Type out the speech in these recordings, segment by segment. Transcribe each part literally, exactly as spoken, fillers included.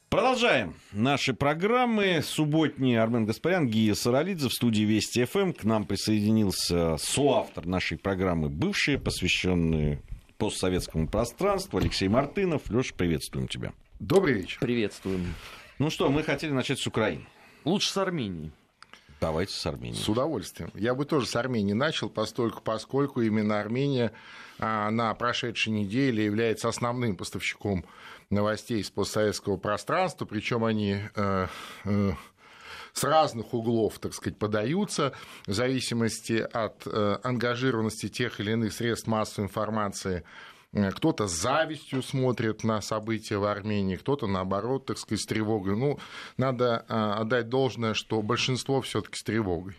Продолжаем наши программы. Субботние. Армен Гаспарян, Гия Саралидзе в студии Вести эф эм. К нам присоединился соавтор нашей программы «Бывшие», посвященные постсоветскому пространству, Алексей Мартынов. Лёша, приветствуем тебя. Добрый вечер. Приветствуем. Ну что, мы хотели начать с Украины. Лучше с Армении. Давайте с Арменией. С удовольствием. Я бы тоже с Армении начал, поскольку, поскольку именно Армения а, на прошедшей неделе является основным поставщиком новостей из постсоветского пространства, причем они э, э, с разных углов, так сказать, подаются, в зависимости от э, ангажированности тех или иных средств массовой информации. Кто-то с завистью смотрит на события в Армении, кто-то, наоборот, так сказать, с тревогой. Ну, надо отдать должное, что большинство все-таки с тревогой.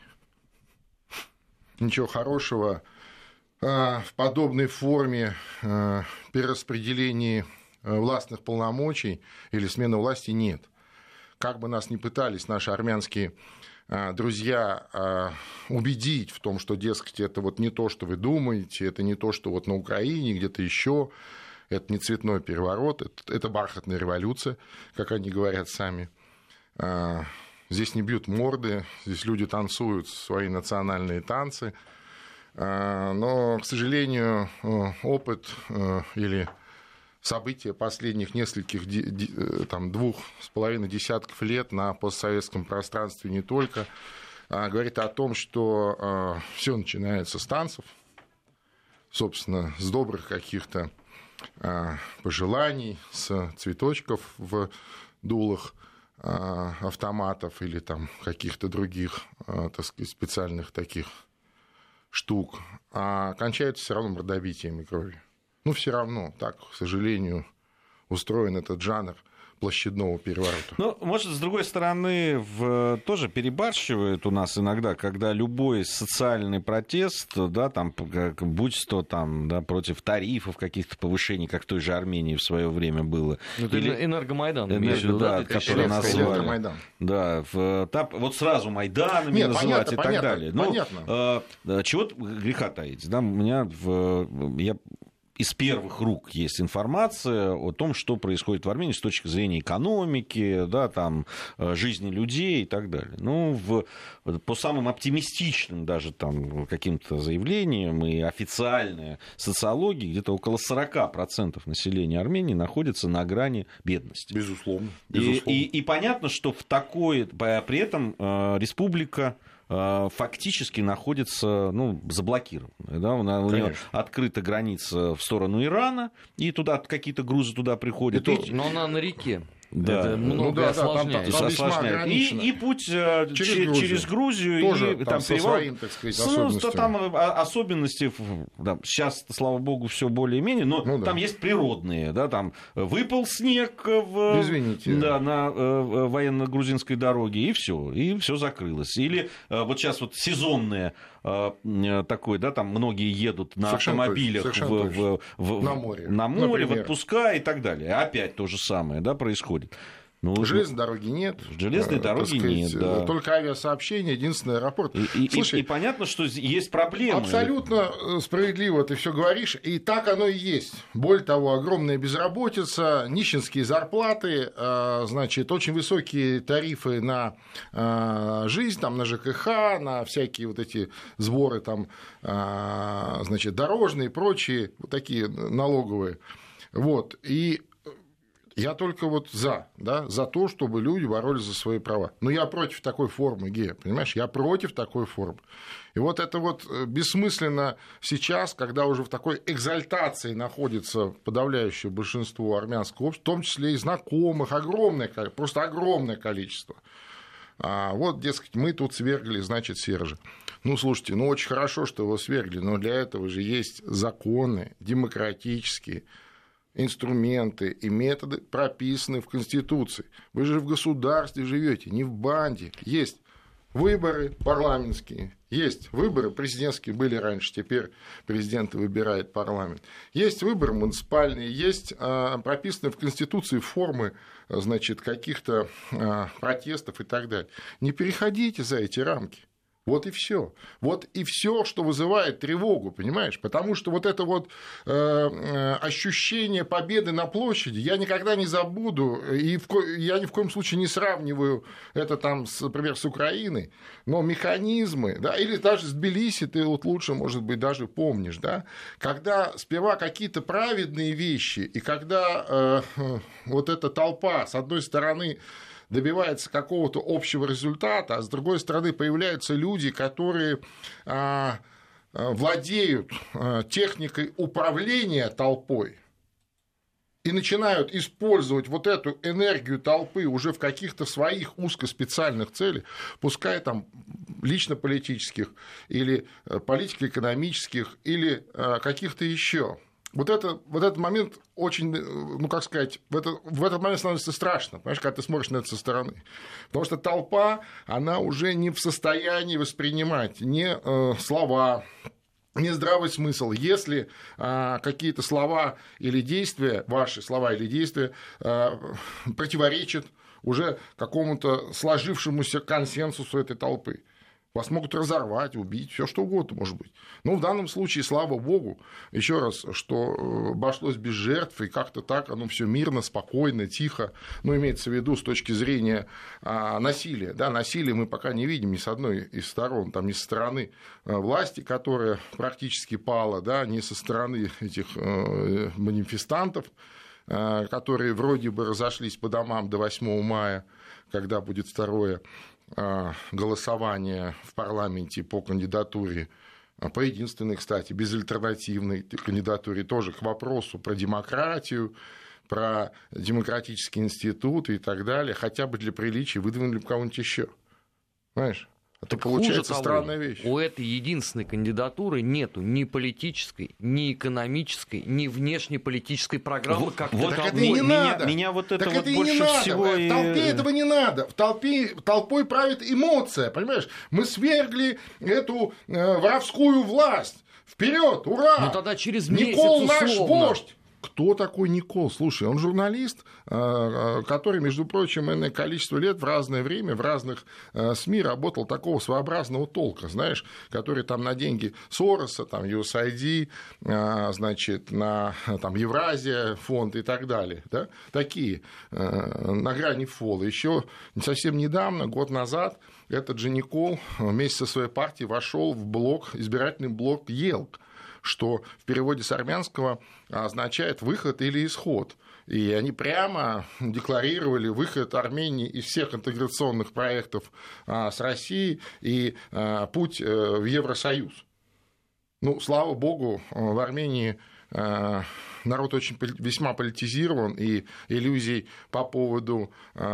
Ничего хорошего в подобной форме перераспределения властных полномочий или смены власти нет. Как бы нас ни пытались наши армянские друзья убедить в том, что, дескать, это вот не то, что вы думаете, это не то, что вот на Украине, где-то еще, это не цветной переворот, это, это бархатная революция, как они говорят сами. Здесь не бьют морды, здесь люди танцуют свои национальные танцы, но, к сожалению, опыт или события последних нескольких, там, двух с половиной десятков лет на постсоветском пространстве не только, а говорит о том, что а, все начинается с танцев, собственно, с добрых каких-то а, пожеланий, с цветочков в дулах а, автоматов или там каких-то других, а, так сказать, специальных таких штук, а кончается все равно мордобитием и кровью. Ну, все равно, так, к сожалению, устроен этот жанр площадного переворота. Ну, может, с другой стороны, в... тоже перебарщивают у нас иногда, когда любой социальный протест, да, там, будь то там, да, против тарифов, каких-то повышений, как в той же Армении в свое время было. Ну, это или... энергомайдан. Энерго, да, да, который назвали. Да, в... вот сразу Майданами Нет, называть понятно, и так понятно, далее. Понятно. Ну, э, чего греха таить, да, у меня в... я... из первых рук есть информация о том, что происходит в Армении с точки зрения экономики, да, там, жизни людей и так далее. Ну, в, по самым оптимистичным даже там, каким-то заявлениям и официальной социологии, где-то около сорок процентов населения Армении находится на грани бедности. Безусловно. Безусловно. И, и, и понятно, что в такой, при этом республика фактически находится, ну, заблокированная. Да? У нее открыта граница в сторону Ирана, и туда какие-то грузы туда приходят. И и... то, но она на реке. Да. Это много ну, да, осложняет. Там, там осложняет. И, и путь через, через Грузию, через Грузию тоже, и там, там перевал. Своим, так сказать, особенностями. Ну, там особенности, да, сейчас, слава богу, все более-менее, но ну, там да. есть природные. Да, там выпал снег в, Извините. Да, на э, военно-грузинской дороге, и все, и все закрылось. Или э, вот сейчас вот сезонные такой, да, там многие едут на совершенно автомобилях точно, в, в, в, на море, на море в отпуска и так далее. Опять то же самое, да, происходит. Ну, железной дороги нет. Железной дороги сказать, нет, да. Только авиасообщение, единственный аэропорт. И, Слушай, и, и понятно, что есть проблемы. Абсолютно справедливо ты все говоришь, и так оно и есть. Более того, огромная безработица, нищенские зарплаты, значит, очень высокие тарифы на жизнь, там, на ЖКХ, на всякие вот эти сборы, там, значит, дорожные и прочие, вот такие налоговые. Вот, и я только вот за, да, за то, чтобы люди боролись за свои права. Но я против такой формы, Гея, понимаешь? Я против такой формы. И вот это вот бессмысленно сейчас, когда уже в такой экзальтации находится подавляющее большинство армянского общества, в том числе и знакомых, огромное, просто огромное количество. А вот, дескать, мы тут свергли, значит, Сержа. Ну, слушайте, ну, очень хорошо, что его свергли, но для этого же есть законы демократические, инструменты и методы прописаны в Конституции. Вы же в государстве живете, не в банде. Есть выборы парламентские, есть выборы президентские, были раньше, теперь президент выбирает парламент. Есть выборы муниципальные, есть а, прописанные в Конституции формы, значит, каких-то а, протестов и так далее. Не переходите за эти рамки. Вот и все. Вот и все, что вызывает тревогу, понимаешь? Потому что вот это вот э, ощущение победы на площади я никогда не забуду. И в ко... я ни в коем случае не сравниваю это, там, с, например, с Украиной. Но механизмы, да, или даже с Тбилиси, ты вот лучше, может быть, даже помнишь, да, когда сперва какие-то праведные вещи, и когда э, вот эта толпа, с одной стороны, добивается какого-то общего результата, а с другой стороны появляются люди, которые а, владеют а, техникой управления толпой и начинают использовать вот эту энергию толпы уже в каких-то своих узкоспециальных целях, пускай там лично-политических или политико-экономических или а, каких-то еще. Вот, это, вот этот момент очень, ну, как сказать, в, это, в этот момент становится страшно, понимаешь, когда ты смотришь на это со стороны. Потому что толпа, она уже не в состоянии воспринимать ни э, слова, ни здравый смысл. Если э, какие-то слова или действия, ваши слова или действия, э, противоречат уже какому-то сложившемуся консенсусу этой толпы. Вас могут разорвать, убить, все что угодно может быть. Но в данном случае, слава богу, еще раз, что обошлось без жертв, и как-то так оно все мирно, спокойно, тихо. Ну, имеется в виду с точки зрения а, насилия. Да, насилие мы пока не видим ни с одной из сторон, там, ни со стороны власти, которая практически пала, да, ни со стороны этих э, манифестантов, э, которые вроде бы разошлись по домам до восьмого мая, когда будет второе голосование в парламенте по кандидатуре, по единственной, кстати, безальтернативной кандидатуре, тоже к вопросу про демократию, про демократические институты и так далее, хотя бы для приличия выдвинули бы кого-нибудь еще. Понимаешь? Это так получается хуже странная того, вещь. У этой единственной кандидатуры нету ни политической, ни экономической, ни внешнеполитической программы, вот, как вот так таковой. это и не меня, надо. Меня вот это так вот это и больше не надо. всего... В толпе и... этого не надо. В толпе, толпой правит эмоция, понимаешь? Мы свергли эту э, воровскую власть. Вперед, ура! Ну тогда через месяц Никол наш условно. вождь. Кто такой Никол? Слушай, он журналист, который, между прочим, иное количество лет в разное время в разных СМИ работал такого своеобразного толка, знаешь, который там на деньги Сороса, там ю эс ай ди, значит, на там, Евразия фонд и так далее, да? Такие на грани фола. Еще совсем недавно, год назад, этот же Никол вместе со своей партией вошел в блок, избирательный блок Елк, что в переводе с армянского означает «выход» или «исход». И они прямо декларировали выход Армении из всех интеграционных проектов с Россией и путь в Евросоюз. Ну, слава богу, в Армении народ очень весьма политизирован, и иллюзий по поводу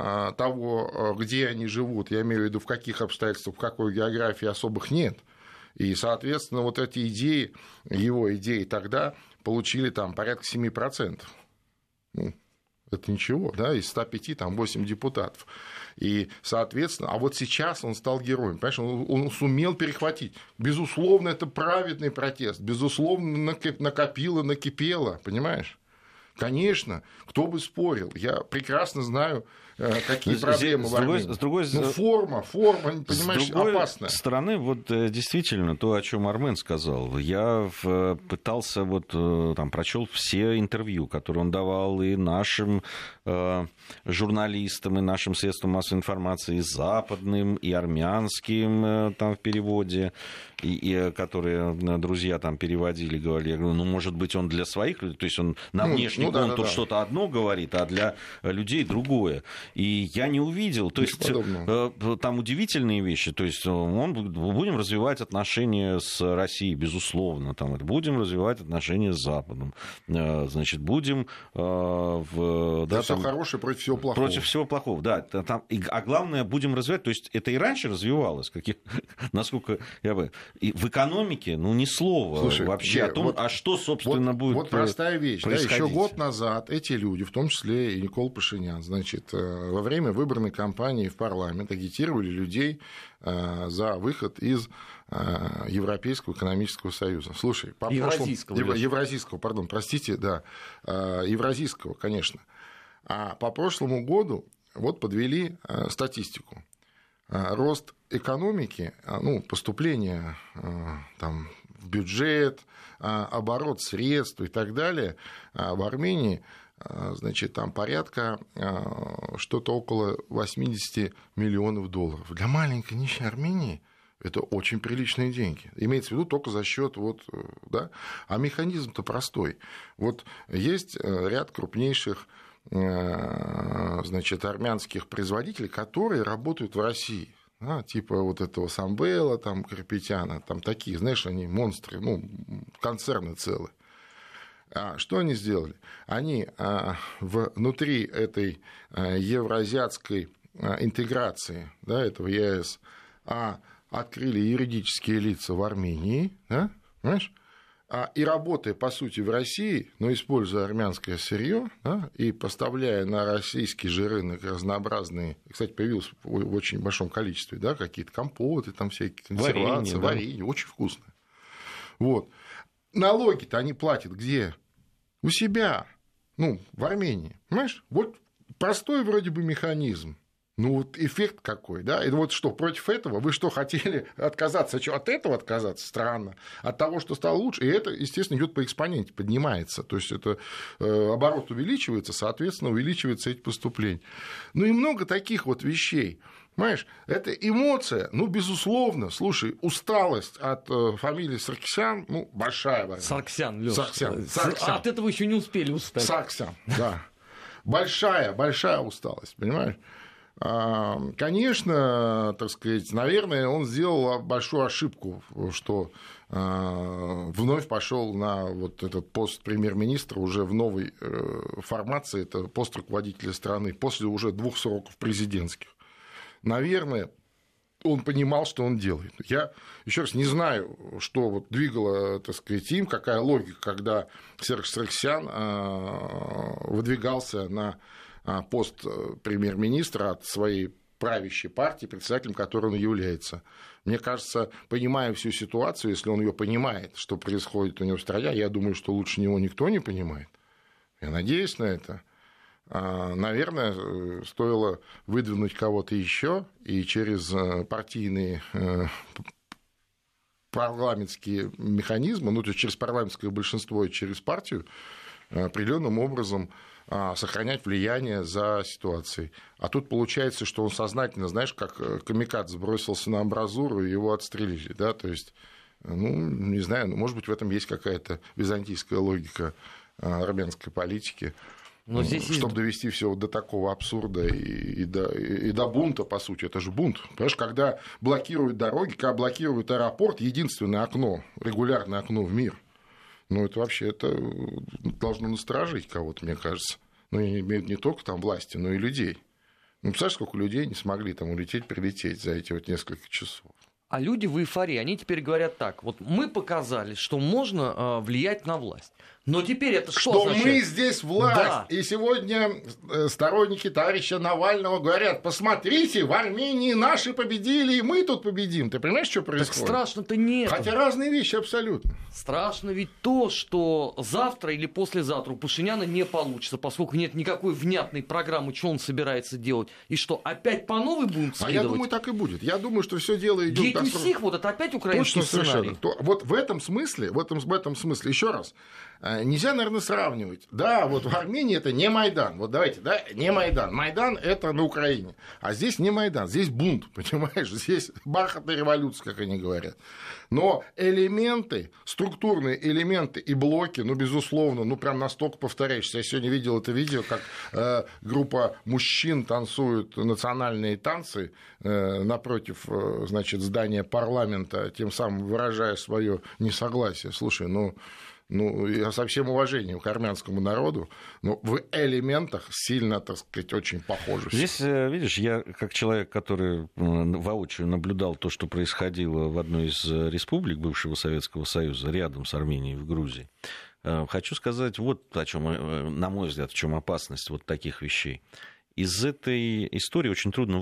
того, где они живут, я имею в виду, в каких обстоятельствах, в какой географии, особых нет. И, соответственно, вот эти идеи, его идеи тогда получили там порядка семь процентов. Ну, это ничего, да, из ста пяти там восемь депутатов. И, соответственно, а вот сейчас он стал героем, понимаешь, он, он сумел перехватить. Безусловно, это праведный протест, безусловно, накопило, накипело, понимаешь? Конечно, кто бы спорил, я прекрасно знаю, какие проблемы в Армении. С другой, ну, форма, форма, понимаешь, с другой опасная. стороны, вот действительно, то, о чем Армен сказал, я пытался, вот там, прочел все интервью, которые он давал и нашим э, журналистам, и нашим средствам массовой информации, и западным, и армянским, э, там, в переводе, и, и, которые друзья там переводили, говорили, я говорю, ну, может быть, он для своих людей, то есть он на внешний ну, ну, контур да, да, что-то да. одно говорит, а для людей другое. И я не увидел, то есть э, там удивительные вещи, то есть он, будем развивать отношения с Россией, безусловно, там, будем развивать отношения с Западом, э, значит, будем э, в... Да, все там, хорошее против всего плохого. Против всего плохого, да. Там, и, а главное, будем развивать, то есть это и раньше развивалось, каких, насколько я бы... И в экономике, ну, ни слова Слушай, вообще я, о том, вот, а что, собственно, вот, будет Вот простая вещь, да, еще год назад эти люди, в том числе и Никол Пашинян, значит, во время выборной кампании в парламент агитировали людей за выход из Европейского экономического союза. Слушай, по Евразийского. Прошлому, Евразийского, пардон, простите, да, Евразийского, конечно. А по прошлому году вот подвели статистику. рост экономики, ну, поступление там, в бюджет, оборот средств и так далее в Армении, значит, там порядка что-то около восемьдесят миллионов долларов. Для маленькой нищей Армении это очень приличные деньги. Имеется в виду только за счет, вот, да, а механизм-то простой. Вот есть ряд крупнейших, значит, армянских производителей, которые работают в России. Да, типа вот этого Самвела, там, Карапетяна, там такие, знаешь, они монстры, ну, концерны целые. А что они сделали? Они а, внутри этой а, евроазиатской а, интеграции, да, этого ЕС, а, открыли юридические лица в Армении, да, понимаешь? А, и работая, по сути, в России, но используя армянское сырье, да, и поставляя на российский же рынок разнообразные, кстати, появилось в очень большом количестве, да, какие-то компоты, там всякие консервации, варенье, да. варенье, очень вкусно. Вот. Налоги-то они платят где? У себя, ну, в Армении, понимаешь? Вот простой вроде бы механизм. Ну, вот эффект какой, да? И вот что, против этого? Вы что, хотели отказаться? Что, от этого отказаться? Странно. От того, что стало лучше? И это, естественно, идет по экспоненте, поднимается. То есть, это э, оборот увеличивается, соответственно, увеличиваются эти поступления. Ну, и много таких вот вещей. Понимаешь, это эмоция, ну, безусловно, слушай, усталость от э, фамилии Саркисян, ну, большая. Наверное. Сарксян, Лёш. Сарксян. Сарксян. А от этого еще не успели устать. Саркисян, да. Большая, большая усталость, понимаешь? Конечно, так сказать, наверное, он сделал большую ошибку, что вновь пошел на вот этот пост премьер-министра уже в новой формации, это пост руководителя страны, после уже двух сроков президентских. Наверное, он понимал, что он делает. Я еще раз не знаю, что вот двигало, так сказать, им, какая логика, когда Серж Саркисян выдвигался на пост премьер-министра от своей правящей партии, председателем которой он является. Мне кажется, понимая всю ситуацию, если он ее понимает, что происходит у него в стране, я думаю, что лучше него никто не понимает. Я надеюсь на это. Наверное, стоило выдвинуть кого-то еще и через партийные парламентские механизмы, ну, то есть через парламентское большинство и через партию, определенным образом сохранять влияние за ситуацией. А тут получается, что он сознательно, знаешь, как камикадзе бросился на амбразуру и его отстрелили. Да? То есть, ну, не знаю, ну, может быть, в этом есть какая-то византийская логика армянской политики. Но здесь чтобы есть... довести все до такого абсурда и, и, до, и до бунта, по сути. Это же бунт. Понимаешь, когда блокируют дороги, когда блокируют аэропорт, единственное окно, регулярное окно в мир. Ну, это вообще это должно насторожить кого-то, мне кажется. Ну, я имею в виду не только там власти, но и людей. Ну, представляешь, сколько людей не смогли там улететь, прилететь за эти вот несколько часов. А люди в эйфории, они теперь говорят так, вот мы показали, что можно э, влиять на власть. Но теперь это что, что означает? Мы здесь власть. Да. И сегодня сторонники товарища Навального говорят, посмотрите, в Армении наши победили, и мы тут победим. Ты понимаешь, что происходит? Так страшно-то нет. Хотя разные вещи абсолютно. Страшно ведь то, что завтра или послезавтра у Пашиняна не получится, поскольку нет никакой внятной программы, что он собирается делать. И что, опять по новой будем скидывать? А я думаю, так и будет. Я думаю, что все дело идет... Гетюсих, вот это опять украинский Точно, сценарий. То, вот в этом смысле, в этом, в этом смысле, еще раз, нельзя, наверное, сравнивать. Да, вот в Армении это не Майдан. Вот давайте, да, не Майдан. Майдан это на Украине. А здесь не Майдан, здесь бунт, понимаешь? Здесь бархатная революция, как они говорят. Но элементы, структурные элементы и блоки, ну, безусловно, ну, прям настолько повторяющиеся. Я сегодня видел это видео, как э, группа мужчин танцуют национальные танцы э, напротив, э, значит, здания парламента, тем самым выражая свое несогласие. Слушай, ну... Ну, я со всем уважением к армянскому народу, но в элементах сильно, так сказать, очень похожи. Здесь, видишь, я как человек, который воочию наблюдал то, что происходило в одной из республик бывшего Советского Союза, рядом с Арменией в Грузии, хочу сказать вот о чем, на мой взгляд, в чем опасность вот таких вещей. Из этой истории очень трудно выйти.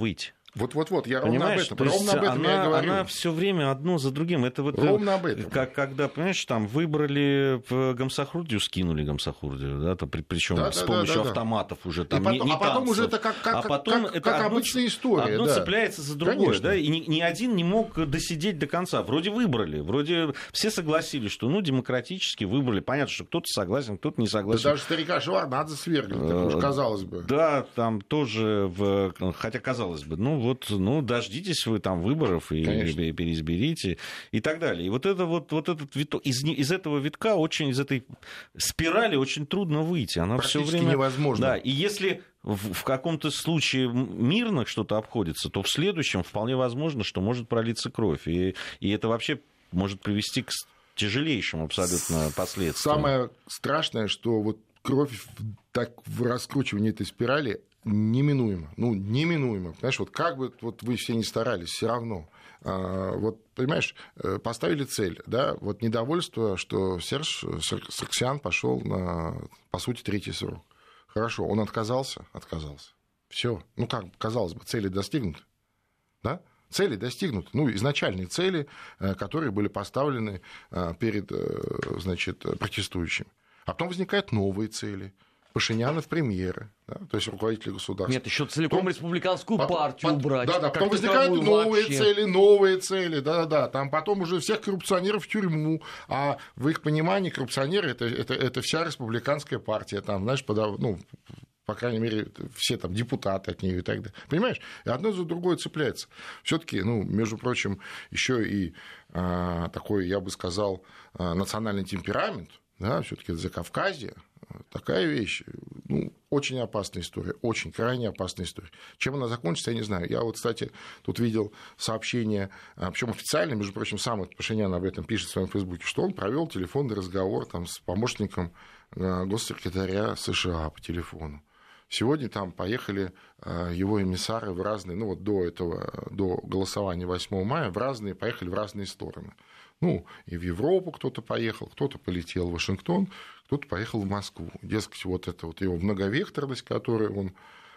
Вот-вот-вот, я ровно понимаешь? об этом, То есть ровно об этом она, я говорю. Она все время одно за другим. Это вот ровно об этом. Как, когда, понимаешь, там выбрали в Гамсахурдию, скинули Гамсахурдию, да, там, причем да, с да, помощью да, да, автоматов уже там, потом, не, не а потом танцев. уже это как, как, а потом как, это как одно, обычная история. Одно да. цепляется за другое, Конечно. да, и ни, ни один не мог досидеть до конца. Вроде выбрали, вроде все согласились, что, ну, демократически выбрали. Понятно, что кто-то согласен, кто-то не согласен. Да даже старика Шеварднадзе свергли, так уж казалось бы. Да, там тоже, в... хотя казалось бы, ну вот, ну дождитесь вы там выборов и Конечно. переизберите и так далее. И вот, это, вот, вот этот виток, из, из этого витка, очень, из этой спирали очень трудно выйти. Она все время... невозможно. Да, и если в, в каком-то случае мирно что-то обходится, то в следующем вполне возможно, что может пролиться кровь. И, и это вообще может привести к тяжелейшим абсолютно последствиям. Самое страшное, что вот кровь так в раскручивании этой спирали неминуемо, ну, неминуемо. Понимаешь, вот как бы вот вы все не старались, все равно. А, вот, понимаешь, поставили цель, да, вот недовольство, что Серж Саргсян пошел на, по сути, третий срок. Хорошо, он отказался? Отказался. Все. Ну, как, казалось бы, цели достигнуты, да? Цели достигнуты, ну, изначальные цели, которые были поставлены перед, значит, протестующими. А потом возникают новые цели. Пашиняна в премьеры, да, то есть руководители государства. Нет, еще целиком потом, республиканскую потом, партию потом, убрать. Да, да, потом возникают новые вообще. цели, новые цели, да, да, там потом уже всех коррупционеров в тюрьму, а в их понимании коррупционеры это, это, это вся республиканская партия, там, знаешь, подав... ну, по крайней мере, все там депутаты от нее и так далее. Понимаешь? И одно за другое цепляется. Все-таки, ну, между прочим, еще и а, такой, я бы сказал, а, национальный темперамент, да, все-таки это Закавказье. Такая вещь, ну, очень опасная история, очень крайне опасная история. Чем она закончится, я не знаю. Я вот, кстати, тут видел сообщение, причем официально, между прочим, сам Пашинян об этом пишет в своем Фейсбуке, что он провел телефонный разговор там, с помощником госсекретаря США по телефону. Сегодня там поехали его эмиссары в разные, ну вот до этого, до голосования восьмого мая, в разные, поехали в разные стороны. Ну, и в Европу кто-то поехал, кто-то полетел в Вашингтон, кто-то поехал в Москву. Дескать, вот это вот его многовекторность, которую он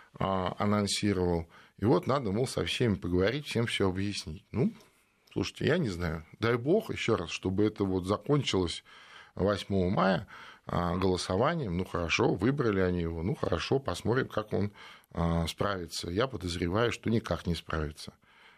а, анонсировал. И вот надо, мол, со всеми поговорить, всем все объяснить. Ну, слушайте, я не знаю. Дай бог, еще раз, чтобы это вот закончилось восьмого мая а, голосованием. Ну, хорошо, выбрали они его. Ну, хорошо, посмотрим, как он а, справится. Я подозреваю, что никак не справится.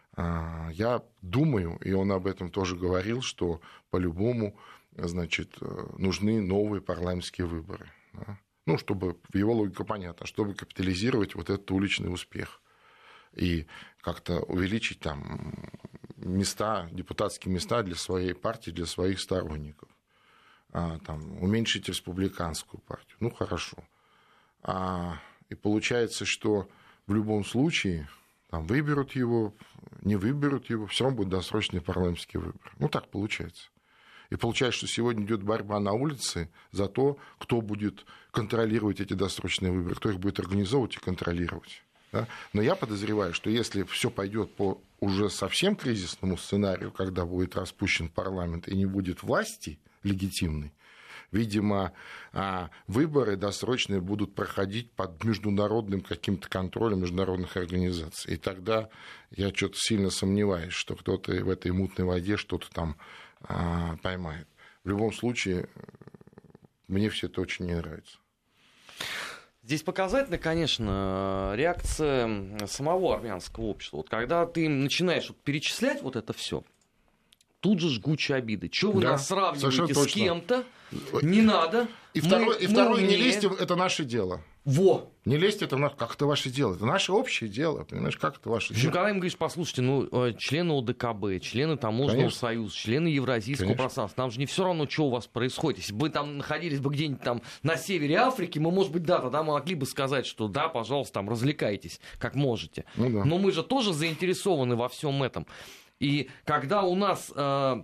Я думаю, и он об этом тоже говорил, что по-любому, значит, нужны новые парламентские выборы. Да? Ну, чтобы, в его логике понятно, чтобы капитализировать вот этот уличный успех и как-то увеличить там места, депутатские места для своей партии, для своих сторонников. А, там, уменьшить республиканскую партию. Ну, хорошо. А, и получается, что в любом случае... Там выберут его, не выберут его, все равно будут досрочные парламентские выборы. Ну, так получается. И получается, что сегодня идет борьба на улице за то, кто будет контролировать эти досрочные выборы, кто их будет организовывать и контролировать. Да? Но я подозреваю, что если все пойдет по уже совсем кризисному сценарию, когда будет распущен парламент и не будет власти легитимной, видимо, выборы досрочные будут проходить под международным каким-то контролем международных организаций. И тогда я что-то сильно сомневаюсь, что кто-то в этой мутной воде что-то там поймает. В любом случае, мне все это очень не нравится. Здесь показательна, конечно, реакция самого армянского общества. Вот когда ты начинаешь вот перечислять вот это все, тут же жгучие обиды. Чего вы да, нас сравниваете с кем-то? Не надо. И мы, второй, и второй не лезть, это наше дело. Во! Не лезть, это наше, как это ваше дело? Это наше общее дело, понимаешь, как это ваше дело? Ну, когда им говоришь, послушайте, ну, члены ОДКБ, члены Таможенного Конечно. Союза, члены Евразийского Конечно. Пространства, нам же не все равно, что у вас происходит. Если бы вы там находились бы где-нибудь там на севере Африки, мы, может быть, да, тогда мы могли бы сказать, что да, пожалуйста, там развлекайтесь, как можете. Ну, да. Но мы же тоже заинтересованы во всем этом. И когда у нас э,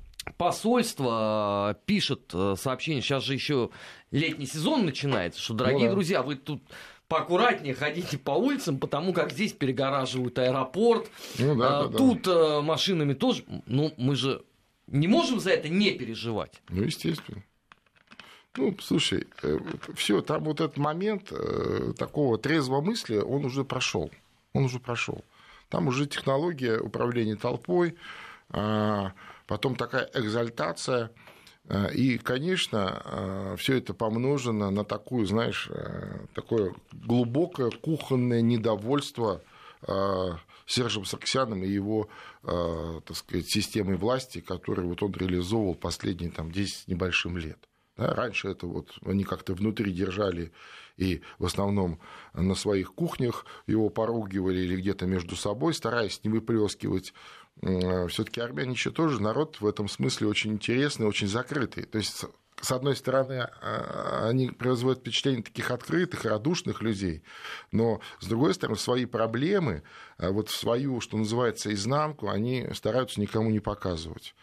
посольство э, пишет э, сообщение, сейчас же еще летний сезон начинается, что, дорогие ну, да. друзья, вы тут поаккуратнее ходите по улицам, потому как здесь перегораживают аэропорт, ну, да, э, да, тут да. Э, машинами тоже. Ну, мы же не можем за это не переживать. Ну, естественно. Ну, слушай, э, все, там вот этот момент э, такого трезвого мысли, он уже прошел. Он уже прошел. Там уже технология управления толпой, потом такая экзальтация. И, конечно, все это помножено на такую, знаешь, такое глубокое кухонное недовольство Сержем Сарксяном и его, так сказать, системой власти, которую вот он реализовывал последние там, десять с небольшим лет. Да, раньше это вот они как-то внутри держали и в основном на своих кухнях его поругивали или где-то между собой, стараясь не выплескивать. Все-таки армяне еще тоже народ в этом смысле очень интересный, очень закрытый. То есть, с одной стороны, они производят впечатление таких открытых, радушных людей, но, с другой стороны, свои проблемы, вот свою, что называется, изнанку, они стараются никому не показывать.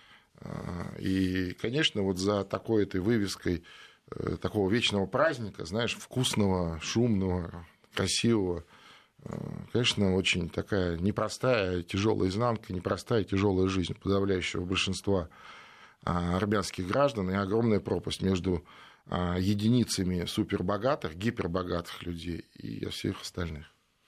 И, конечно, вот за такой этой вывеской такого вечного праздника, знаешь, вкусного, шумного, красивого, конечно, очень такая непростая, тяжелая изнанка, непростая, тяжелая жизнь подавляющего большинства армянских граждан и огромная пропасть между единицами супербогатых, гипербогатых людей и всех остальных.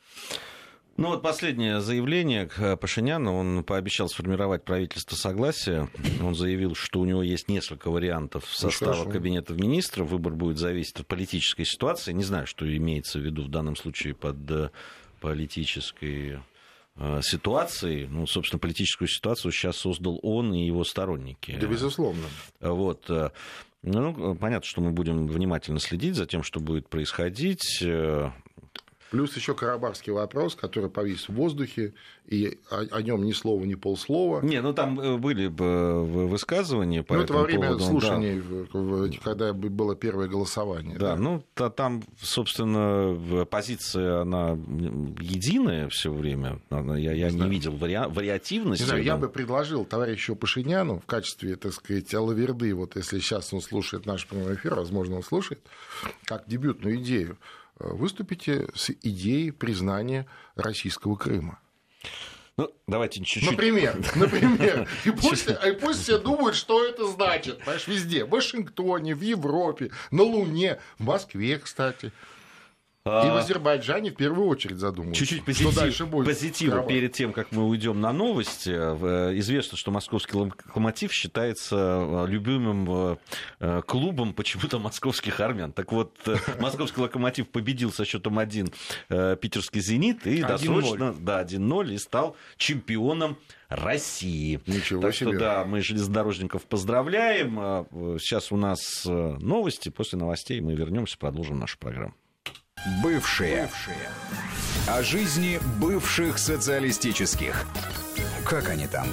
Ну вот последнее заявление к Пашиняну. Он пообещал сформировать правительство согласия. Он заявил, что у него есть несколько вариантов состава кабинета министров. Выбор будет зависеть от политической ситуации. Не знаю, что имеется в виду в данном случае под политической ситуацией. Ну, собственно, политическую ситуацию сейчас создал он и его сторонники. Да, безусловно. Вот. Ну, понятно, что мы будем внимательно следить за тем, что будет происходить. Плюс еще карабахский вопрос, который повис в воздухе, и о, о нем ни слова, ни полслова. Не, ну там были высказывания по ну, этому это во время поводу, слушаний, да. Когда было первое голосование. Да, да. ну там, собственно, позиция, она единая все время. Я, я не, не видел вари... вариативности. Не знаю, да. Я бы предложил товарищу Пашиняну в качестве, так сказать, лаверды, вот если сейчас он слушает наш прямой эфир, возможно, он слушает, как дебютную идею, выступите с идеей признания российского Крыма. Ну, давайте чуть-чуть. Например, например. И пусть, и пусть все думают, что это значит. Понимаешь, везде. В Вашингтоне, в Европе, на Луне, в Москве, кстати. И в Азербайджане в первую очередь задумываются. Чуть-чуть позитив, позитива перед тем, как мы уйдем на новости. Известно, что московский Локомотив считается любимым клубом почему-то московских армян. Так вот, московский Локомотив победил со счетом один питерский «Зенит» и досрочно, да, один ноль, и стал чемпионом России. Ничего так себе. что, да, мы железнодорожников поздравляем. Сейчас у нас новости. После новостей мы вернемся, продолжим нашу программу. Бывшие. Бывшие. О жизни бывших социалистических. Как они там?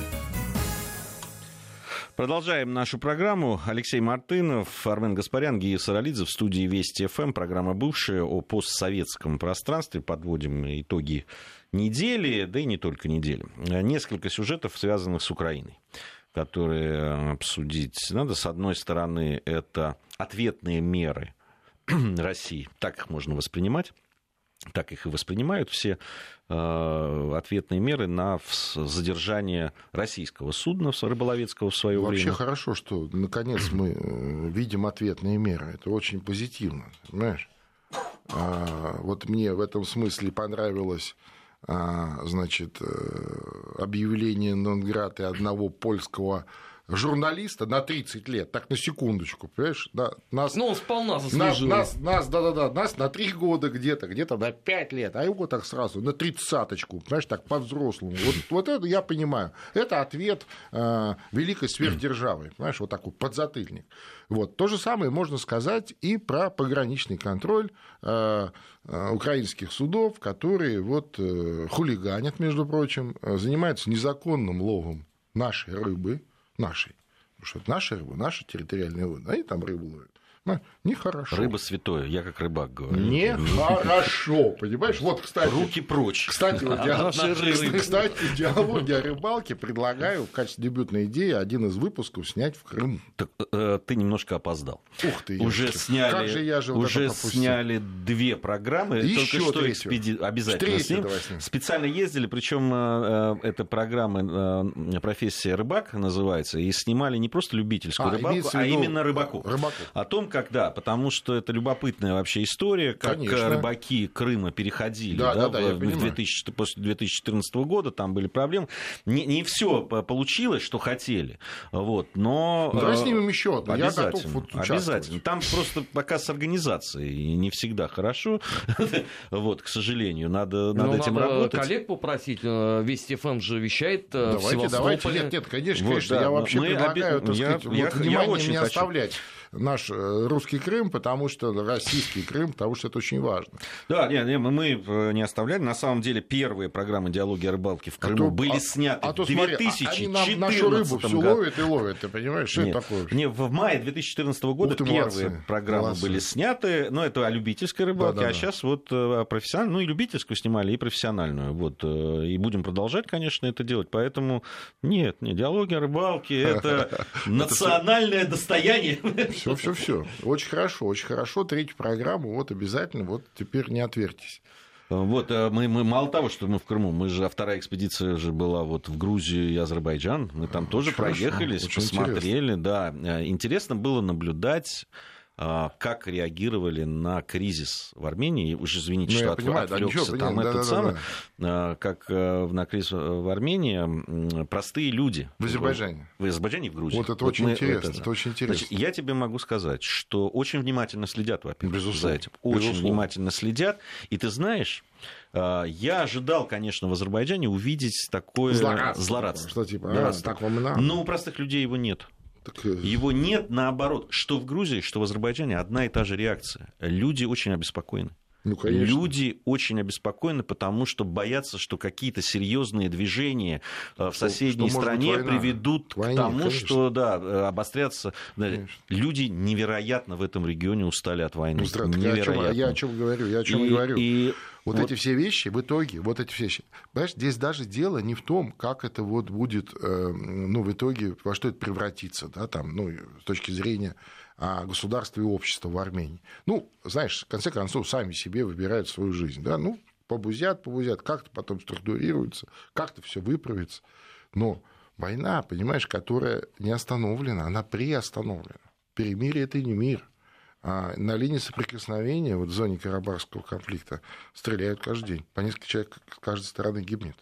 Продолжаем нашу программу. Алексей Мартынов, Армен Гаспарян, Гия Саралидзе в студии Вести ФМ. Программа «Бывшие» о постсоветском пространстве. Подводим итоги недели, да и не только недели. Несколько сюжетов, связанных с Украиной, которые обсудить надо. С одной стороны, это ответные меры России, так их можно воспринимать, так их и воспринимают все э, ответные меры на задержание российского судна рыболовецкого в свое Вообще время. Вообще хорошо, что наконец мы видим ответные меры. Это очень позитивно, понимаешь? А, вот мне в этом смысле понравилось, а, значит, объявление нон-граты одного польского журналиста на тридцать лет, так на секундочку, понимаешь? Да, нас, ну, он сполна заслужил. Нас, нас, нас, да-да-да, нас на три года где-то, где-то на пять лет, а его так сразу на тридцаточку, понимаешь, так по-взрослому. Вот, вот это я понимаю. Это ответ э, великой сверхдержавы, понимаешь, вот такой подзатыльник. Вот. То же самое можно сказать и про пограничный контроль э, э, украинских судов, которые вот, э, хулиганят, между прочим, э, занимаются незаконным ловом нашей рыбы, нашей. Потому что это наша рыба, наши территориальные воды. Они там рыбу ловят. Нехорошо. Рыба святое, я как рыбак говорю. Нехорошо, понимаешь? Вот, кстати... Руки прочь. Кстати, вот диалог... кстати, диалоги о рыбалке предлагаю в качестве дебютной идеи один из выпусков снять в Крыму. Так, э, ты немножко опоздал. Ух ты, уже сняли, как же я же вот уже сняли две программы. Еще только что третью. Экспеди... обязательно Третью снимем. снимем. Специально ездили, причем э, эта программа э, «Профессия рыбак» называется, и снимали не просто любительскую а, рыбалку, а именно рыбаков. рыбаков. О том, когда, потому что это любопытная вообще история, как Конечно. рыбаки Крыма переходили да, да, да, в, в две тысячи, после две тысячи четырнадцатого года, там были проблемы. Не, не все получилось, что хотели, вот, но... Давай снимем еще одну, я готов вот участвовать. Обязательно. Там просто пока с организацией не всегда хорошо, вот, к сожалению, надо над этим надо работать. Коллег попросить, Вести эф эм же вещает давайте, в Севастополе. Давайте, нет, нет, конечно, вот, конечно, да, я вообще предлагаю, оби... так сказать, я, вот, я, внимание я не хочу. оставлять наш русский Крым, потому что российский Крым, потому что это очень важно. Да, нет, нет, мы не оставляли. На самом деле первые программы «Диалоги о рыбалке» в Крыму а то, были а, сняты а то, в две тысячи четырнадцатом году. Они нашу рыбу все ловят и ловят, ты понимаешь, что нет, это такое? Не, в мае две тысячи четырнадцатого года первые молодцы, программы молодцы. были сняты, но это о любительской рыбалке, да, да, а да. сейчас вот профессиональную, ну и любительскую снимали, и профессиональную. Вот, и будем продолжать, конечно, это делать, поэтому нет, не «Диалоги о рыбалке» — это национальное достояние. Все, все, все. Очень хорошо, очень хорошо. Третью программу вот обязательно, вот теперь не отвертитесь. Вот, мы, мы мало того, что мы в Крыму, мы же, вторая экспедиция же была вот в Грузию и Азербайджан, мы там очень тоже хорошо, проехались, посмотрели, интересно. Да. Интересно было наблюдать, как реагировали на кризис в Армении. Уж извините, ну, что понимаю, отвлекся, да, там да, этот да, самый, да, да. как на кризис в Армении, простые люди. В Азербайджане. В Азербайджане и в Грузии. Вот это, вот очень, мы, интересно, это, это очень интересно. Значит, я тебе могу сказать, что очень внимательно следят, во-первых, Безусловно. за этим. Очень Безусловно. внимательно следят. И ты знаешь, я ожидал, конечно, в Азербайджане увидеть такое злорадство. злорадство. Что типа, а, так вам и надо. Но у простых людей его нет. Так... Его нет, наоборот. Что в Грузии, что в Азербайджане одна и та же реакция. Люди очень обеспокоены. Ну, Люди очень обеспокоены, потому что боятся, что какие-то серьезные движения в соседней что, стране что приведут войне, к тому, конечно. что да, обострятся. Конечно. Люди невероятно в этом регионе устали от войны. Ну, невероятно. Я, я о чем говорю? Я о чем и, говорю. И... Вот, вот эти все вещи, в итоге, вот эти все вещи, понимаешь, здесь даже дело не в том, как это вот будет, ну, в итоге, во что это превратится, да, там, ну, с точки зрения государства и общества в Армении. Ну, знаешь, в конце концов, сами себе выбирают свою жизнь, да, ну, побузят, побузят, как-то потом структурируется, как-то все выправится, но война, понимаешь, которая не остановлена, она приостановлена. Перемирие — это не мир. А на линии соприкосновения, вот в зоне Карабахского конфликта, стреляют каждый день. По несколько человек с каждой стороны гибнет.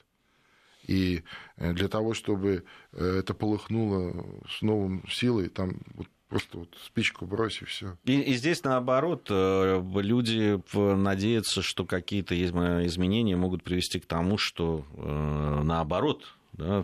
И для того, чтобы это полыхнуло с новой силой, там вот просто вот спичку брось и все. И, и здесь, наоборот, люди надеются, что какие-то изменения могут привести к тому, что, наоборот, да,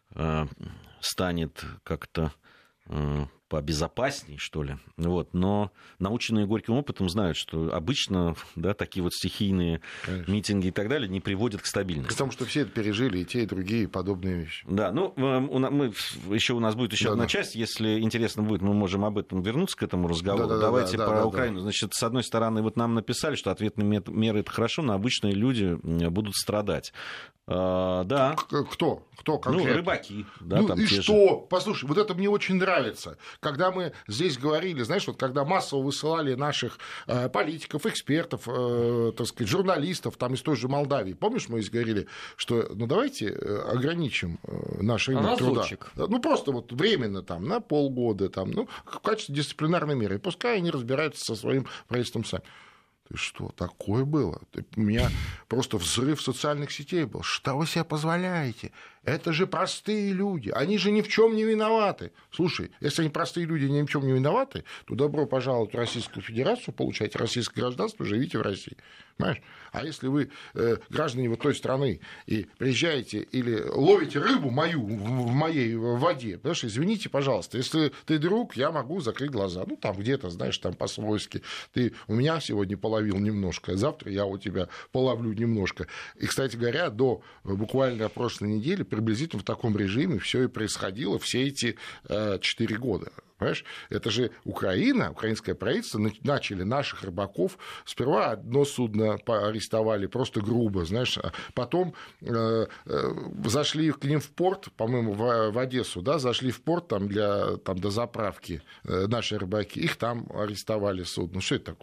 станет как-то побезопаснее, что ли. Вот. Но наученные горьким опытом знают, что обычно, да, такие вот стихийные Конечно. митинги и так далее не приводят к стабильности. Потому что все это пережили, и те, и другие подобные вещи. Да, ну, мы, еще у нас будет еще да, одна да. часть. Если интересно будет, мы можем об этом вернуться, к этому разговору. Да, да, Давайте да, да, про да, Украину. Да. Значит, с одной стороны, вот нам написали, что ответные меры — это хорошо, но обычные люди будут страдать. А, да. Кто? Кто конкретно? Ну, рыбаки. Да, ну там и те что? Же. Послушай, вот это мне очень нравится. Когда мы здесь говорили, знаешь, вот когда массово высылали наших э, политиков, экспертов, э, так сказать, журналистов, там из той же Молдавии, помнишь, мы здесь говорили, что ну давайте ограничим наш рынок труда. Ну просто вот временно там, на полгода, там, ну, в качестве дисциплинарной меры. И пускай они разбираются со своим правительством сами. Ты что, такое было? У меня просто взрыв социальных сетей был. Что вы себе позволяете? Это же простые люди. Они же ни в чем не виноваты. Слушай, если они простые люди, ни в чем не виноваты, то добро пожаловать в Российскую Федерацию, получайте российское гражданство, живите в России. Понимаешь? А если вы э, граждане вот той страны и приезжаете или ловите рыбу мою в, в моей воде, понимаешь, извините, пожалуйста, если ты друг, я могу закрыть глаза. Ну, там где-то, знаешь, там по-свойски. Ты у меня сегодня половил немножко, а завтра я у тебя половлю немножко. И, кстати говоря, до буквально прошлой недели приблизительно в таком режиме все и происходило все эти четыре э, года. Понимаешь? Это же Украина, украинское правительство, начали наших рыбаков. Сперва одно судно арестовали просто грубо, знаешь, а потом э, э, зашли к ним в порт, по-моему, в, в Одессу, да, зашли в порт там, для там, дозаправки э, наши рыбаки, их там арестовали судно. Что это такое?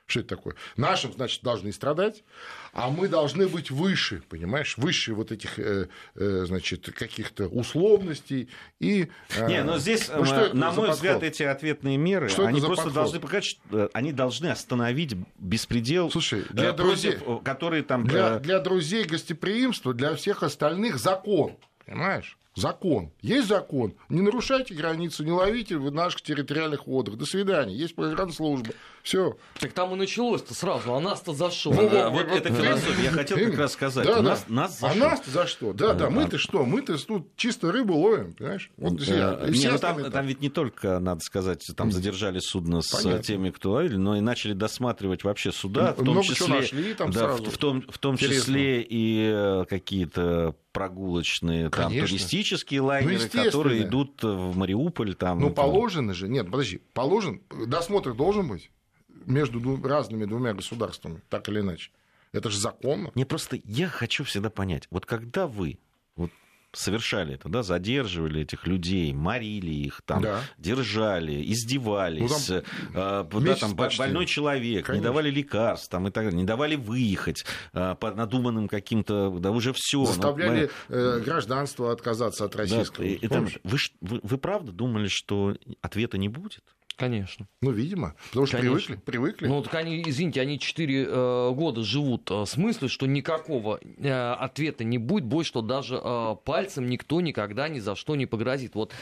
Что это такое? Нашим, значит, должны страдать, а мы должны быть выше, понимаешь, выше вот этих, э, э, значит, каких-то условностей. И, э, Не, но здесь, ну, э, на мой взгляд, эти ответные меры, что они просто подход? должны показать, что они должны остановить беспредел. Слушай, для э, друзей, против, которые там... Для, э... для друзей гостеприимства, для всех остальных закон, понимаешь? Закон. Есть закон. Не нарушайте границу, не ловите в наших территориальных водах. До свидания. Есть погранслужба. Все. Так там и началось-то сразу. А нас-то за что? Ну, да, вот, вот это философия. Я хотел как раз сказать. Да, нас, да. нас за а что? нас за что? Да, да. Мы-то что? Мы-то тут чисто рыбу ловим, понимаешь? Вот э, не, ну, там, там ведь не только, надо сказать, там задержали судно с Понятно. Теми, кто ловили, но и начали досматривать вообще суда, в том Много числе, чего нашли там да, сразу. В, в, том, в том числе и какие-то прогулочные, там, туристические лагеры, ну, которые идут в Мариуполь. Там, ну, положено же. Нет, подожди. Положен. Досмотр должен быть между дву- разными двумя государствами, так или иначе. Это же законно. Не, просто я хочу всегда понять. Вот когда вы вот, совершали это, да, задерживали этих людей, морили их, там, да. держали, издевались, ну, там, э, да, там, больной человек, Конечно. Не давали лекарств, там, и так далее, не давали выехать э, по надуманным каким-то, да уже все. Заставляли ну, э, гражданство отказаться от российского. Да, и, и там, вы, вы, вы правда думали, что ответа не будет? Конечно. Ну, видимо, потому что Конечно. привыкли, привыкли. Ну, так они, извините, они четыре э, года живут э, с мыслью, что никакого э, ответа не будет, больше, что даже э, пальцем никто никогда ни за что не погрозит. Вот,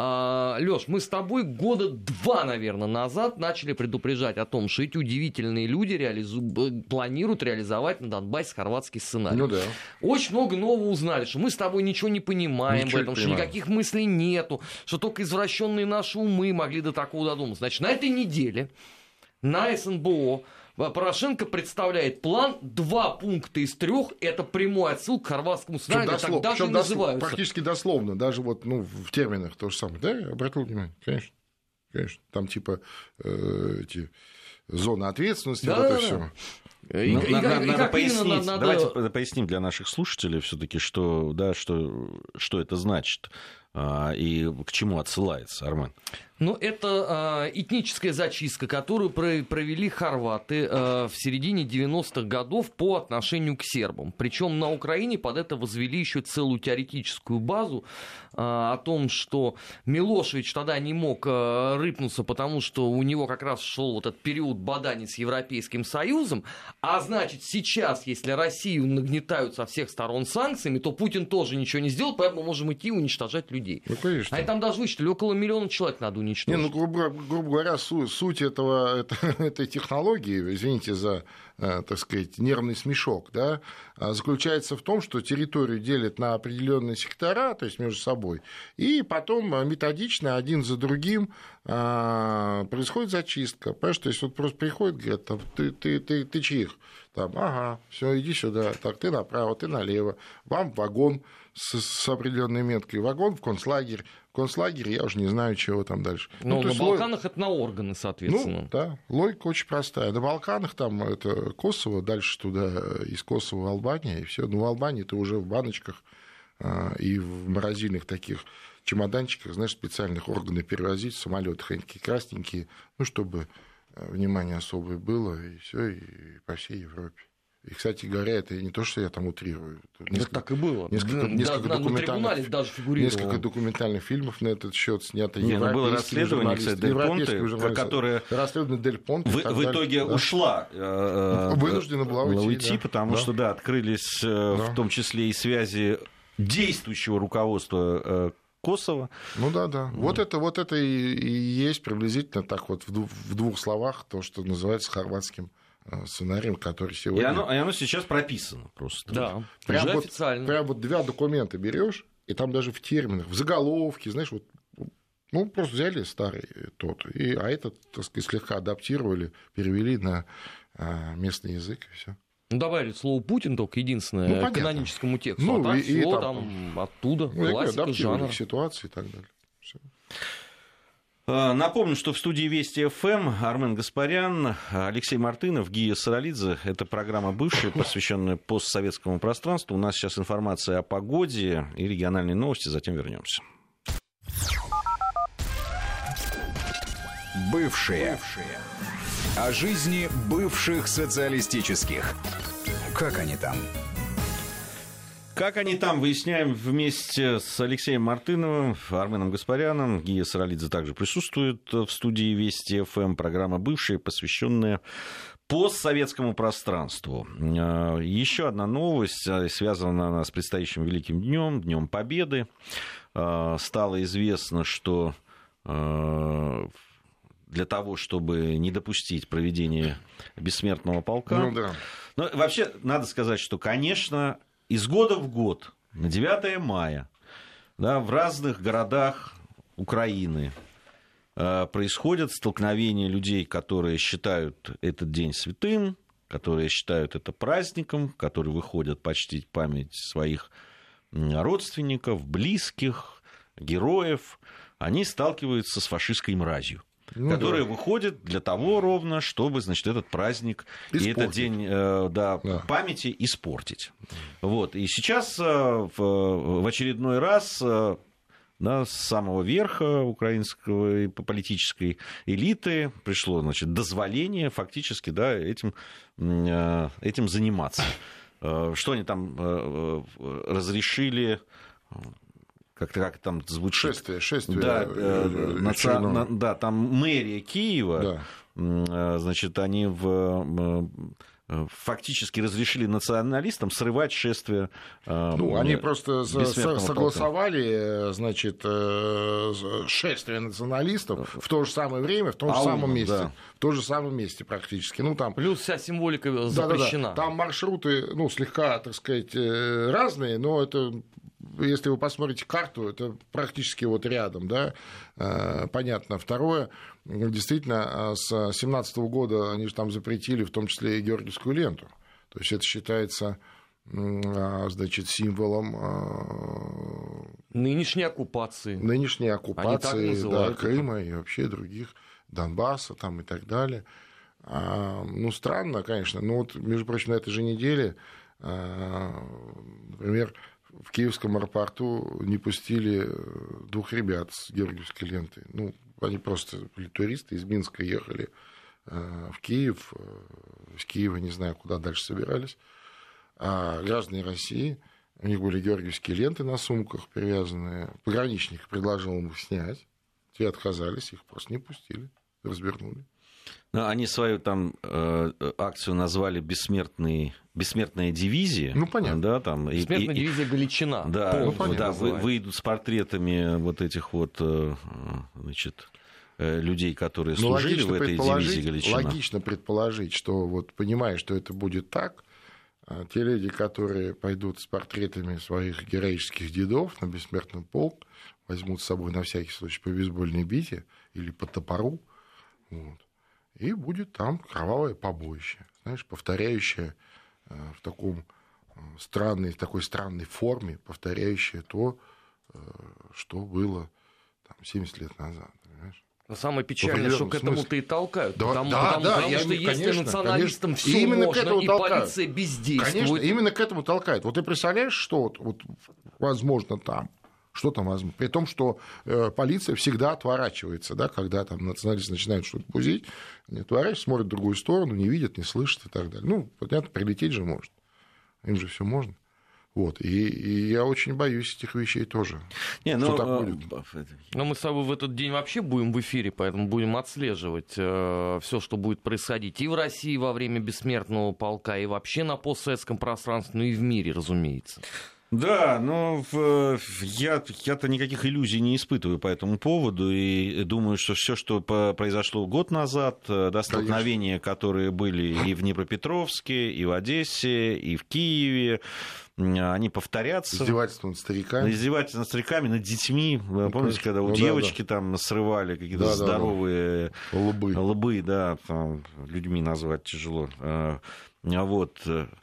э, Лёш, мы с тобой года два, наверное, назад начали предупреждать о том, что эти удивительные люди реализу... планируют реализовать на Донбассе хорватский сценарий. Ну да. Очень много нового узнали, что мы с тобой ничего не понимаем ничего в этом, что никаких мыслей нету, что только извращенные наши умы могли до такого додуматься. Значит, на этой неделе на СНБО Порошенко представляет план. Два пункта из трех — это прямой отсыл к хорватскому сценарию, дослов... так даже и дослов... называются. Практически дословно, даже вот, ну, в терминах то же самое. Да, я обратил внимание, конечно. конечно. Там типа э, эти зоны ответственности, да, вот да, это все. Ну, и, надо, и, надо пояснить, надо... Давайте поясним для наших слушателей все-таки, что, да, что, что это значит и к чему отсылается, Армен. Ну, это э, этническая зачистка, которую провели хорваты э, в середине девяностых годов по отношению к сербам. Причем на Украине под это возвели еще целую теоретическую базу э, о том, что Милошевич тогда не мог э, рыпнуться, потому что у него как раз шел вот этот период баданий с Европейским Союзом. А значит, сейчас, если Россию нагнетают со всех сторон санкциями, то Путин тоже ничего не сделал, поэтому мы можем идти уничтожать людей. Ну, конечно. А там даже вычислили, около миллиона человек надо уничтожить. Не, ну, грубо, грубо говоря, суть, суть этого, это, этой технологии, извините за, так сказать, нервный смешок, да, заключается в том, что территорию делят на определенные сектора, то есть между собой, и потом методично один за другим происходит зачистка. Понимаешь, то есть вот просто приходит, говорят, там, ты, ты, ты, ты чьих? Там, ага, все, иди сюда, так, ты направо, ты налево, вам в вагон с, с определенной меткой, вагон в концлагерь, в концлагере я уже не знаю, чего там дальше. Но ну, на Балканах лог... это на органы, соответственно. Ну, да, логика очень простая. На Балканах там это Косово, дальше туда из Косово в Албания, и все. Ну, в Албании ты уже в баночках а, и в морозильных таких чемоданчиках, знаешь, специальных органы перевозить в самолетах, они такие красненькие, ну, чтобы внимание особое было, и все, и по всей Европе. И, кстати говоря, это не то, что я там утрирую. Несколько, это так и было. Несколько, да, несколько, на, документальных, на даже несколько документальных фильмов на этот счет снято. Не, ну, было расследование, кстати, Дель Понте, которое расследование Дель Понте, в, в итоге да. ушла. Э, Вынуждена была уйти. уйти да. Потому да. что, да, открылись да. в том числе и связи действующего руководства э, Косово. Ну да, да. Mm. Вот это, вот это и, и есть приблизительно так вот в, двух, в двух словах то, что называется хорватским сценарием, который сегодня... И оно, и оно сейчас прописано просто. Да, прям уже вот, официально. Прям вот два документа берешь, и там даже в терминах, в заголовке, знаешь, вот, ну, просто взяли старый тот, и, а этот, так сказать, слегка адаптировали, перевели на а, местный язык, и все. Ну, добавили слово Путин только единственное ну, к каноническому тексту, ну, а так и, всё и там, там оттуда, ну, классика жанра. Ситуации и так далее. Всё. Напомню, что в студии Вести ФМ Армен Гаспарян, Алексей Мартынов, Гия Саралидзе. Это программа «Бывшая», посвященная постсоветскому пространству. У нас сейчас информация о погоде и региональные новости, затем вернемся. Бывшие. Бывшие. О жизни бывших социалистических. Как они там? Как они там, выясняем вместе с Алексеем Мартыновым, Арменом Гаспаряном. Гия Саралидзе также присутствует в студии Вести эф эм. Программа «Бывшие», посвященная постсоветскому пространству. Еще одна новость, связана она с предстоящим Великим днем, Днем Победы. Стало известно, что для того, чтобы не допустить проведения бессмертного полка... Ну, да. Но вообще, надо сказать, что, конечно, из года в год, на девятое мая, да, в разных городах Украины э, происходят столкновения людей, которые считают этот день святым, которые считают это праздником, которые выходят почтить память своих родственников, близких, героев. Они сталкиваются с фашистской мразью. Ну, которые да. выходят для того ровно, чтобы, значит, этот праздник испортить. И этот день э, да, да. памяти испортить. Вот. И сейчас э, в, в очередной раз э, да, с самого верха украинской политической элиты пришло, значит, дозволение фактически да, этим, э, этим заниматься. Э, что они там э, разрешили... Как, как там звучит? Шествие, шествие. Да, э, наци... на... да, там мэрия Киева, да. Значит, они в... фактически разрешили националистам срывать шествие. Ну, они просто согласовали, значит, шествие националистов в то же самое время, в том же а самом он, месте. Да. В том же самом месте практически. Ну, там... Плюс вся символика запрещена. Да, да, да. Там маршруты, ну, слегка, так сказать, разные, но это... Если вы посмотрите карту, это практически вот рядом, да, понятно. Второе, действительно, с семнадцатого года они же там запретили в том числе и георгиевскую ленту. То есть это считается, значит, символом... Нынешней оккупации. Нынешней оккупации, да, Крыма и вообще других, Донбасса там и так далее. Ну, странно, конечно, но вот, между прочим, на этой же неделе, например, в Киевском аэропорту не пустили двух ребят с георгиевской лентой. Ну, они просто были туристы, из Минска ехали в Киев, из Киева не знаю, куда дальше собирались. А граждане России, у них были георгиевские ленты на сумках привязанные. Пограничник предложил им их снять. Те отказались, их просто не пустили, развернули. Ну, они свою там э, акцию назвали «Бессмертные, «Бессмертная дивизия». Ну, понятно. Да, там, «Бессмертная и, дивизия Галичина». Да, ну, да вы, выйдут с портретами вот этих вот, значит, людей, которые ну, служили в этой дивизии Галичина. Логично предположить, что, вот, понимая, что это будет так, те люди, которые пойдут с портретами своих героических дедов на бессмертный полк, возьмут с собой на всякий случай по бейсбольной бите или по топору, вот, и будет там кровавое побоище, знаешь, повторяющее в таком странной, в такой странной форме, повторяющее то, что было там, семьдесят лет назад, понимаешь? Но самое печальное, что к этому-то и толкают. Да, потому, да, потому, да, потому я, что конечно, если националистам все именно можно, к этому и толкают. Полиция бездействует. Конечно, именно к этому толкают. Вот ты представляешь, что вот, вот, возможно там, что там возможно, при том, что э, полиция всегда отворачивается, да, когда там националисты начинают что-то бузить, они отворачиваются, смотрят в другую сторону, не видят, не слышат и так далее. Ну, понятно, прилететь же может. Им же все можно. Вот. И, и я очень боюсь этих вещей тоже. Не, ну, что так будет. Но мы с тобой в этот день вообще будем в эфире, поэтому будем отслеживать э, все, что будет происходить и в России во время бессмертного полка, и вообще на постсоветском пространстве, ну и в мире, разумеется. Да, но в, я, я-то никаких иллюзий не испытываю по этому поводу, и думаю, что все, что произошло год назад, да, столкновения, которые были и в Днепропетровске, и в Одессе, и в Киеве, они повторятся. Издевательство над стариками. Издевательство над стариками, над детьми. Ну, помните, когда у ну, девочки да, да. там срывали какие-то да, здоровые да, да. лбы, лбы да, там, людьми назвать тяжело. Вот.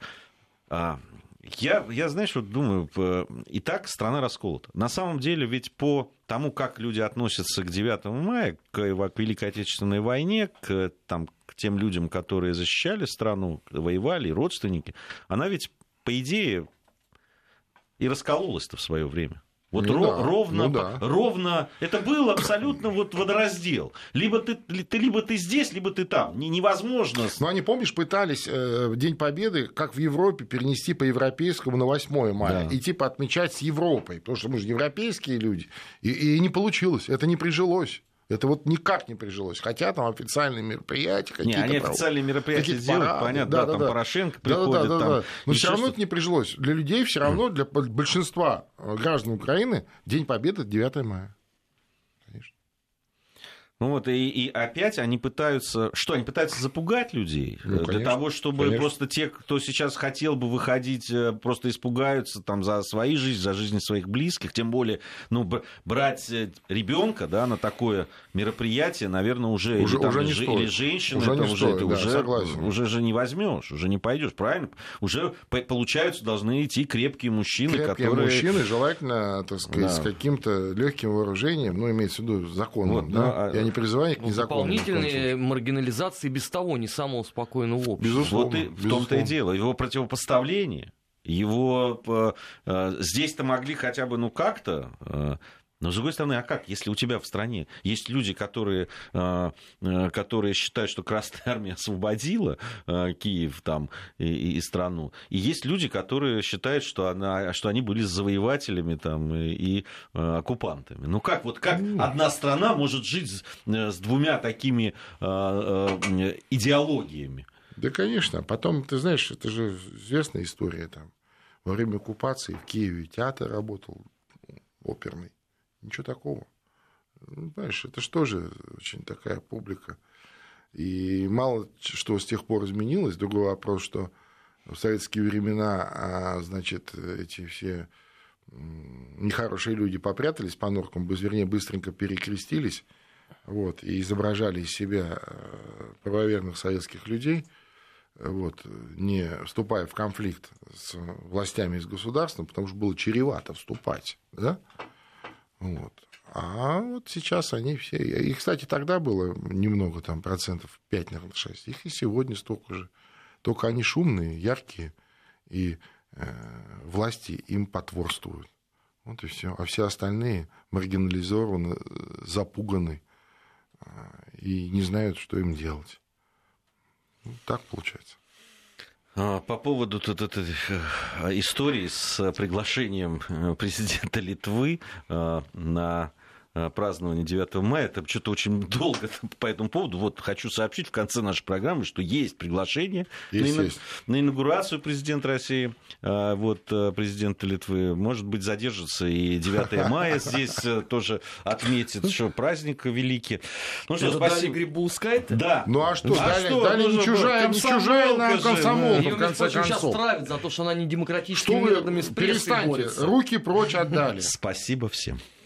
Я, я, знаешь, вот думаю, и так страна расколота. На самом деле, ведь по тому, как люди относятся к девятому мая, к, к Великой Отечественной войне, к, там, к тем людям, которые защищали страну, воевали, родственники, она ведь, по идее, и раскололась-то в свое время. Вот ну, ро- да, ровно, ну, да. ровно, это был абсолютно вот водораздел. Либо ты, ты, либо ты здесь, либо ты там. Невозможно. Ну, они, помнишь, пытались э, День Победы, как в Европе, перенести по европейскому на восьмое мая. Да. И типа отмечать с Европой, потому что мы же европейские люди. И, и не получилось, это не прижилось. Это вот никак не прижилось. Хотя там официальные мероприятия, какие-то... Не, они прав... официальные мероприятия делают, парады, понятно, да, да, да, там да. Порошенко да, приходит. Да, да, да, там, да. Но все равно что... это не прижилось. Для людей все равно, для большинства граждан Украины День Победы — это девятое мая. Конечно. Ну вот, и, и опять они пытаются... Что, они пытаются запугать людей? Ну, конечно, для того, чтобы конечно. просто те, кто сейчас хотел бы выходить, просто испугаются там, за свои жизни, за жизни своих близких. Тем более, ну, брать ребенка, да, на такое мероприятие, наверное, уже... Уже, или, там, уже не или, стоит. или женщины, уже это, не уже, стоит, это да, уже, согласен. уже же не возьмешь, уже не пойдешь, правильно? Уже, получается, должны идти крепкие мужчины, крепкие которые... мужчины, желательно, так сказать, да. с каким-то легким вооружением, ну, имеется в виду законным, вот, да? Ну, а... Я не призываю к незаконным. Дополнительные маргинализации без того не самого спокойного общества. Безусловно. Вот и в том-то и дело. Его противопоставление, его э, здесь-то могли хотя бы, ну, как-то... Э, но, с другой стороны, а как, если у тебя в стране есть люди, которые, которые считают, что Красная Армия освободила Киев там, и, и страну, и есть люди, которые считают, что, она, что они были завоевателями там, и, и оккупантами. Ну как, вот как одна страна может жить с, с двумя такими идеологиями? Да, конечно. Потом, ты знаешь, это же известная история. Там, во время оккупации в Киеве театр работал оперный. Ничего такого. Ну, знаешь, это же тоже очень такая публика. И мало что с тех пор изменилось. Другой вопрос, что в советские времена, значит, эти все нехорошие люди попрятались по норкам, вернее, быстренько перекрестились, вот, и изображали из себя правоверных советских людей, вот, не вступая в конфликт с властями и с государством, потому что было чревато вступать, да? Вот. А вот сейчас они все... И, кстати, тогда было немного, там, процентов пять, наверное, шесть. Их и сегодня столько же. Только они шумные, яркие, и э, власти им потворствуют. Вот и все. А все остальные маргинализованы, запуганы э, и не знают, что им делать. Вот так получается. По поводу тут этой истории с приглашением президента Литвы на празднование девятого мая, это что-то очень долго по этому поводу. Вот хочу сообщить в конце нашей программы, что есть приглашение есть, на, есть. на инаугурацию президента России, вот президента Литвы. Может быть, задержится и девятое мая здесь тоже отметит, что праздник великий. Ну что, спасибо. Грибоускай-то? Да. Ну а что, а дали, что? дали не чужая, не чужая нам комсомолка, Ее, в конце прочим, концов. сейчас травят за то, что она не демократическими что методами вы с прессой перестаньте, борется. руки прочь отдали. Спасибо всем.